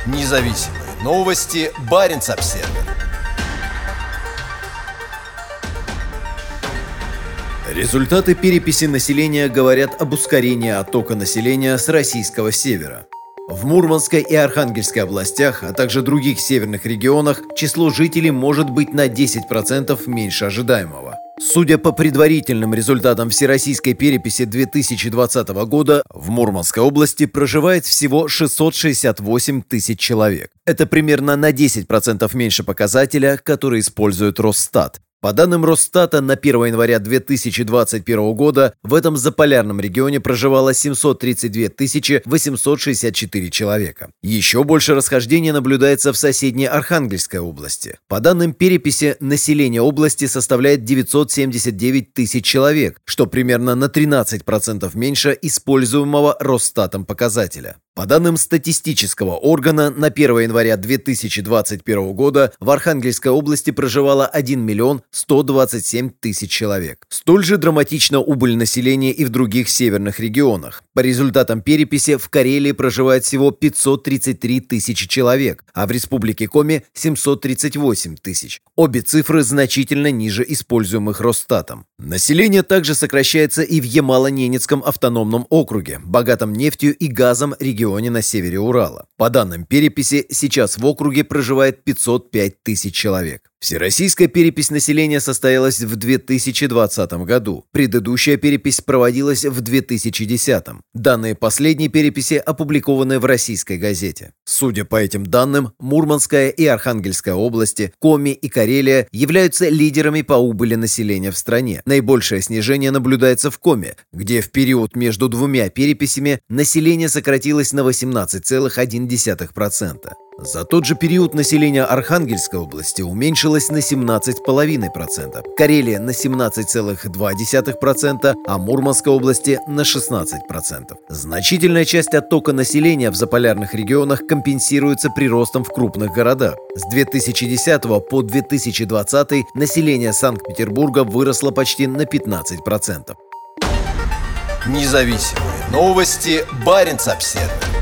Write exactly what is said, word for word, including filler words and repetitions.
Независимые новости. Баренц-Обсервер. Результаты переписи населения говорят об ускорении оттока населения с российского севера. В Мурманской и Архангельской областях, а также других северных регионах, число жителей может быть на десять процентов меньше ожидаемого. Судя по предварительным результатам всероссийской переписи две тысячи двадцатого года, в Мурманской области проживает всего шестьсот шестьдесят восемь тысяч человек. Это примерно на десять процентов меньше показателя, который использует Росстат. По данным Росстата, на первое января две тысячи двадцать первого года в этом заполярном регионе проживало семьсот тридцать две тысячи восемьсот шестьдесят четыре человека. Еще больше расхождения наблюдается в соседней Архангельской области. По данным переписи, население области составляет девятьсот семьдесят девять тысяч человек, что примерно на тринадцать процентов меньше используемого Росстатом показателя. По данным статистического органа, на первое января две тысячи двадцать первого года в Архангельской области проживало один миллион сто двадцать семь тысяч человек. Столь же драматична убыль населения и в других северных регионах. По результатам переписи в Карелии проживает всего пятьсот тридцать три тысячи человек, а в Республике Коми – семьсот тридцать восемь тысяч. Обе цифры значительно ниже используемых Росстатом. Население также сокращается и в Ямало-Ненецком автономном округе, богатом нефтью и газом регионе на севере Урала. По данным переписи, сейчас в округе проживает пятьсот пять тысяч человек. Всероссийская перепись населения состоялась в две тысячи двадцатом году. Предыдущая перепись проводилась в две тысячи десятом. Данные последней переписи опубликованы в «Российской газете». Судя по этим данным, Мурманская и Архангельская области, Коми и Карелия являются лидерами по убыли населения в стране. Наибольшее снижение наблюдается в Коми, где в период между двумя переписями население сократилось на восемнадцать целых одна десятая процента. За тот же период население Архангельской области уменьшилось на семнадцать целых пять десятых процента, Карелия на семнадцать целых два десятых процента, а Мурманской области на шестнадцать процентов. Значительная часть оттока населения в заполярных регионах компенсируется приростом в крупных городах. С две тысячи десятого по две тысячи двадцатый население Санкт-Петербурга выросло почти на пятнадцать процентов. Независимые новости. Баренц-Обсервер.